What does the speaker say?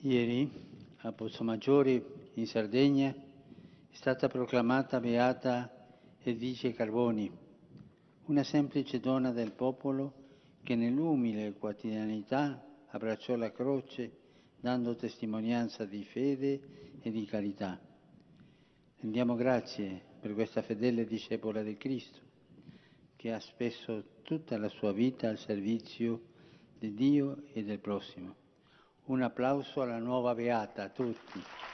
Ieri, a Pozzomaggiore, in Sardegna, è stata proclamata beata Edvige Carboni, una semplice donna del popolo che nell'umile quotidianità abbracciò la croce dando testimonianza di fede e di carità. Rendiamo grazie per questa fedele discepola di Cristo, che ha speso tutta la sua vita al servizio di Dio e del prossimo. Un applauso alla nuova beata a tutti.